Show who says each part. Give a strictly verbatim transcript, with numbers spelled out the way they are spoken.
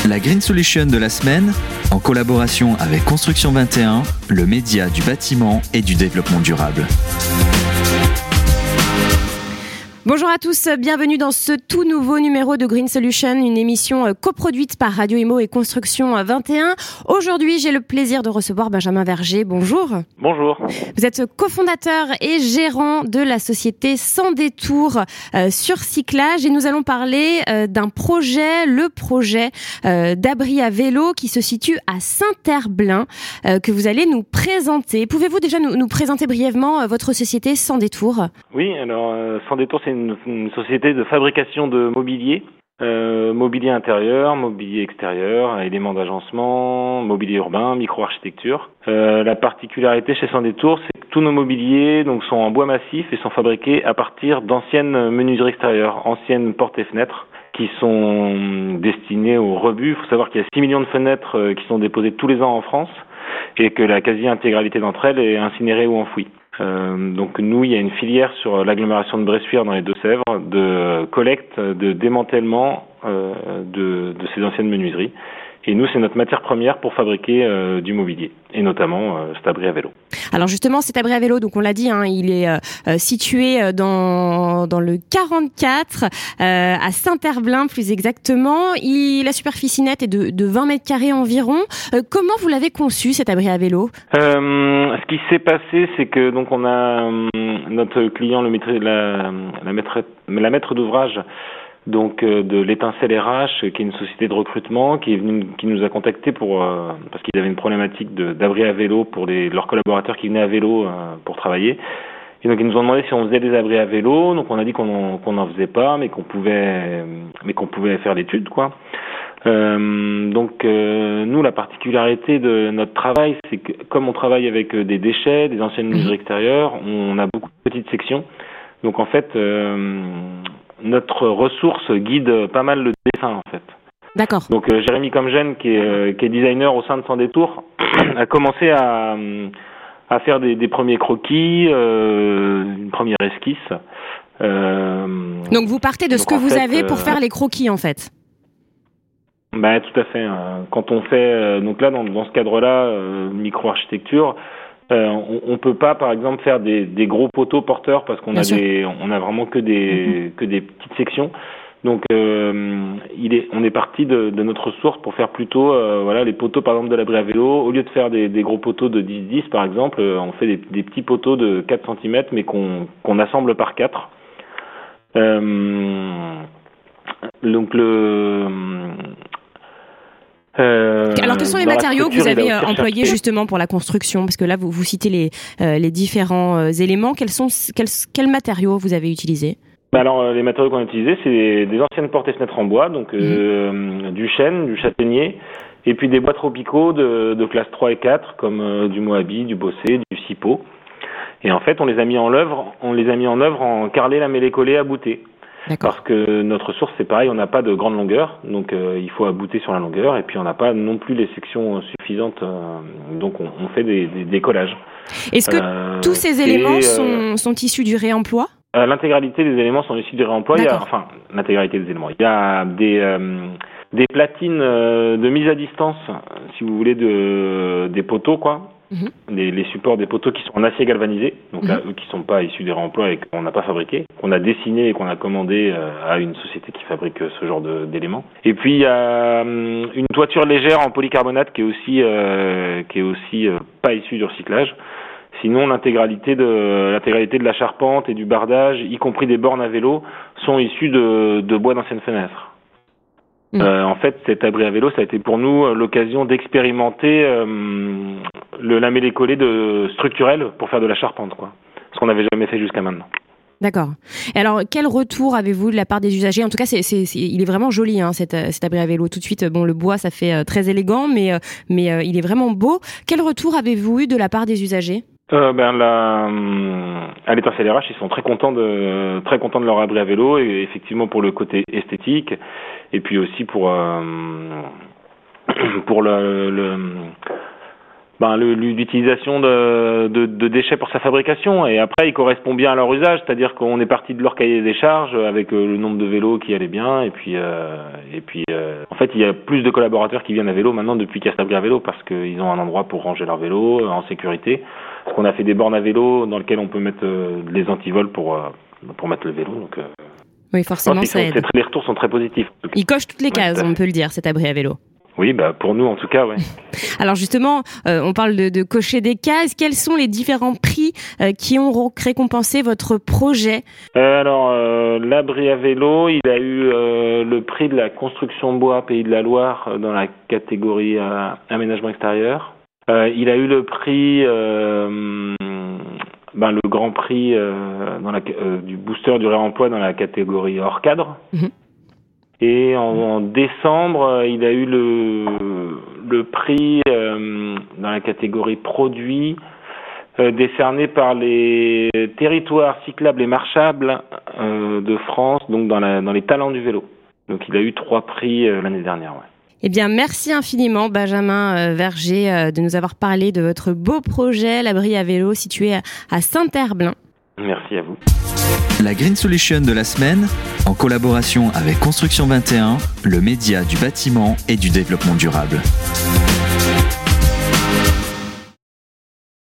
Speaker 1: La Green Solution de la semaine, en collaboration avec Construction vingt et un, le média du bâtiment et du développement durable.
Speaker 2: Bonjour à tous, bienvenue dans ce tout nouveau numéro de Green Solution, une émission coproduite par Radio Imo et Construction vingt et un. Aujourd'hui, j'ai le plaisir de recevoir Benjamin Verger. Bonjour.
Speaker 3: Bonjour.
Speaker 2: Vous êtes cofondateur et gérant de la société Sans Détour euh, sur cyclage et nous allons parler euh, d'un projet, le projet euh, d'abri à vélo qui se situe à Saint-Herblain euh, que vous allez nous présenter. Pouvez-vous déjà nous, nous présenter brièvement euh, votre société Sans Détour ?
Speaker 3: Oui, alors euh, Sans Détour, c'est une, une société de fabrication de mobilier, euh, mobilier intérieur, mobilier extérieur, éléments d'agencement, mobilier urbain, micro-architecture. Euh, la particularité chez Sans Détour, c'est que tous nos mobiliers donc, sont en bois massif et sont fabriqués à partir d'anciennes menuiseries extérieures, anciennes portes et fenêtres, qui sont destinées au rebut. Il faut savoir qu'il y a six millions de fenêtres euh, qui sont déposées tous les ans en France et que la quasi-intégralité d'entre elles est incinérée ou enfouie. Euh, donc nous, il y a une filière sur l'agglomération de Bressuire dans les Deux-Sèvres de collecte, de démantèlement euh, de, de ces anciennes menuiseries. Et nous, c'est notre matière première pour fabriquer euh, du mobilier, et notamment euh, cet abri à vélo.
Speaker 2: Alors justement, cet abri à vélo, donc on l'a dit, hein, il est euh, situé dans dans le quarante-quatre, euh, à Saint-Herblain plus exactement. Il, la superficie nette est de, de vingt mètres carrés environ. Euh, comment vous l'avez conçu, cet abri à vélo ?
Speaker 3: euh, Ce qui s'est passé, c'est que donc on a euh, notre client, le maître, la, la maître, la maître d'ouvrage, donc euh, de l'Étincelle R H, qui est une société de recrutement, qui est venue, qui nous a contacté pour euh, parce qu'ils avaient une problématique de, d'abri à vélo pour les, leurs collaborateurs qui venaient à vélo euh, pour travailler. Et donc ils nous ont demandé si on faisait des abris à vélo. Donc on a dit qu'on en, qu'on en faisait pas, mais qu'on pouvait, mais qu'on pouvait faire l'étude, quoi. Euh, donc euh, nous, la particularité de notre travail, c'est que comme on travaille avec des déchets, des anciennes menuiseries extérieures, on a beaucoup de petites sections. Donc en fait, euh, notre ressource guide pas mal le dessin, en fait.
Speaker 2: D'accord.
Speaker 3: Donc euh, Jérémy Comgène, qui est, euh, qui est designer au sein de Sans Détour, a commencé à, à faire des, des premiers croquis, euh, une première esquisse. Euh,
Speaker 2: donc vous partez de ce que vous fait, avez pour euh, faire les croquis, en fait.
Speaker 3: Bah, tout à fait. Quand on fait, euh, donc là, dans, dans ce cadre-là, euh, micro-architecture, Euh, on, on peut pas, par exemple, faire des, des gros poteaux porteurs parce qu'on Bien a sûr. des, on a vraiment que des, mm-hmm. que des petites sections. Donc, euh, il est, on est parti de, de notre source pour faire plutôt, euh, voilà, les poteaux, par exemple, de l'abri à vélo. Au lieu de faire des, des gros poteaux de dix dix, par exemple, euh, on fait des, des petits poteaux de quatre centimètres, mais qu'on, qu'on assemble par quatre. Euh, donc le
Speaker 2: Euh, Alors, quels sont les matériaux que vous avez employés justement pour la construction ? Parce que là, vous, vous citez les, euh, les différents euh, éléments. Quels sont quels, quels matériaux vous avez utilisés ?
Speaker 3: Bah alors, euh, les matériaux qu'on a utilisés, c'est des, des anciennes portes et fenêtres en bois, donc euh, mmh. du chêne, du châtaignier, et puis des bois tropicaux de, de classe trois et quatre, comme euh, du moabi, du bossé, du cypot. Et en fait, on les a mis en œuvre, on les a mis en œuvre en carrelé, lamellé, collé, abouté. D'accord. Parce que notre source, c'est pareil, on n'a pas de grande longueur, donc euh, il faut abouter sur la longueur, et puis on n'a pas non plus les sections suffisantes, euh, donc on, on fait des, des, des collages.
Speaker 2: Est-ce que euh, tous ces éléments sont, sont issus du réemploi ?
Speaker 3: euh, L'intégralité des éléments sont issus du réemploi. Il y a, enfin, l'intégralité des éléments. Il y a des, euh, des platines euh, de mise à distance, si vous voulez, de, des poteaux, quoi. Mmh. Les, les supports des poteaux qui sont en acier galvanisé, donc mmh. là, eux qui sont pas issus des réemplois et qu'on n'a pas fabriqué, qu'on a dessiné et qu'on a commandé euh, à une société qui fabrique euh, ce genre de, d'éléments. Et puis il y a euh, une toiture légère en polycarbonate qui est aussi euh, qui est aussi euh, pas issue du recyclage. Sinon, l'intégralité de l'intégralité de la charpente et du bardage, y compris des bornes à vélo, sont issues de, de bois d'anciennes fenêtres. Mmh. Euh, en fait, cet abri à vélo, ça a été pour nous euh, l'occasion d'expérimenter euh, le lamellé-collé de structurel pour faire de la charpente, quoi. Ce qu'on n'avait jamais fait jusqu'à maintenant.
Speaker 2: D'accord. Et alors, quel retour avez-vous de la part des usagers ? En tout cas, c'est, c'est, c'est, il est vraiment joli, hein, cet, cet abri à vélo. Tout de suite, bon, le bois, ça fait euh, très élégant, mais, euh, mais euh, il est vraiment beau. Quel retour avez-vous eu de la part des usagers ?
Speaker 3: Euh, ben là, à l'Étincelle R H, ils sont très contents de très contents de leur abri à vélo, et effectivement pour le côté esthétique, et puis aussi pour euh, pour le, le ben, le, l'utilisation de, de, de déchets pour sa fabrication. Et après, il correspond bien à leur usage, c'est-à-dire qu'on est parti de leur cahier des charges avec euh, le nombre de vélos qui allait bien. Et puis, euh, et puis euh, en fait, il y a plus de collaborateurs qui viennent à vélo maintenant depuis qu'il y a cet abri à vélo parce qu'ils ont un endroit pour ranger leur vélo euh, en sécurité. Parce qu'on a fait des bornes à vélo dans lesquelles on peut mettre euh, les antivols pour, euh, pour mettre le vélo. Donc, euh,
Speaker 2: oui, forcément, ça aide.
Speaker 3: Les retours sont très positifs.
Speaker 2: Il coche toutes les cases, ouais, on peut le dire, cet abri à vélo.
Speaker 3: Oui, bah pour nous en tout cas, ouais.
Speaker 2: Alors justement, euh, on parle de, de cocher des cases. Quels sont les différents prix euh, qui ont récompensé votre projet ?
Speaker 3: euh, Alors, euh, l'abri à vélo, il a eu euh, le prix de la construction bois Pays de la Loire euh, dans la catégorie euh, aménagement extérieur. Euh, il a eu le prix, euh, ben, le grand prix euh, dans la, euh, du booster du réemploi dans la catégorie hors cadre. Mmh. Et en, en décembre, il a eu le, le prix euh, dans la catégorie produits euh, décerné par les territoires cyclables et marchables euh, de France, donc dans, la, dans les talents du vélo. Donc il a eu trois prix euh, l'année dernière. Ouais.
Speaker 2: Eh bien, merci infiniment, Benjamin euh, Verger, euh, de nous avoir parlé de votre beau projet, l'abri à vélo situé à, à Saint-Herblain.
Speaker 3: Merci à vous.
Speaker 1: La Green Solution de la semaine, en collaboration avec Construction vingt et un, le média du bâtiment et du développement durable.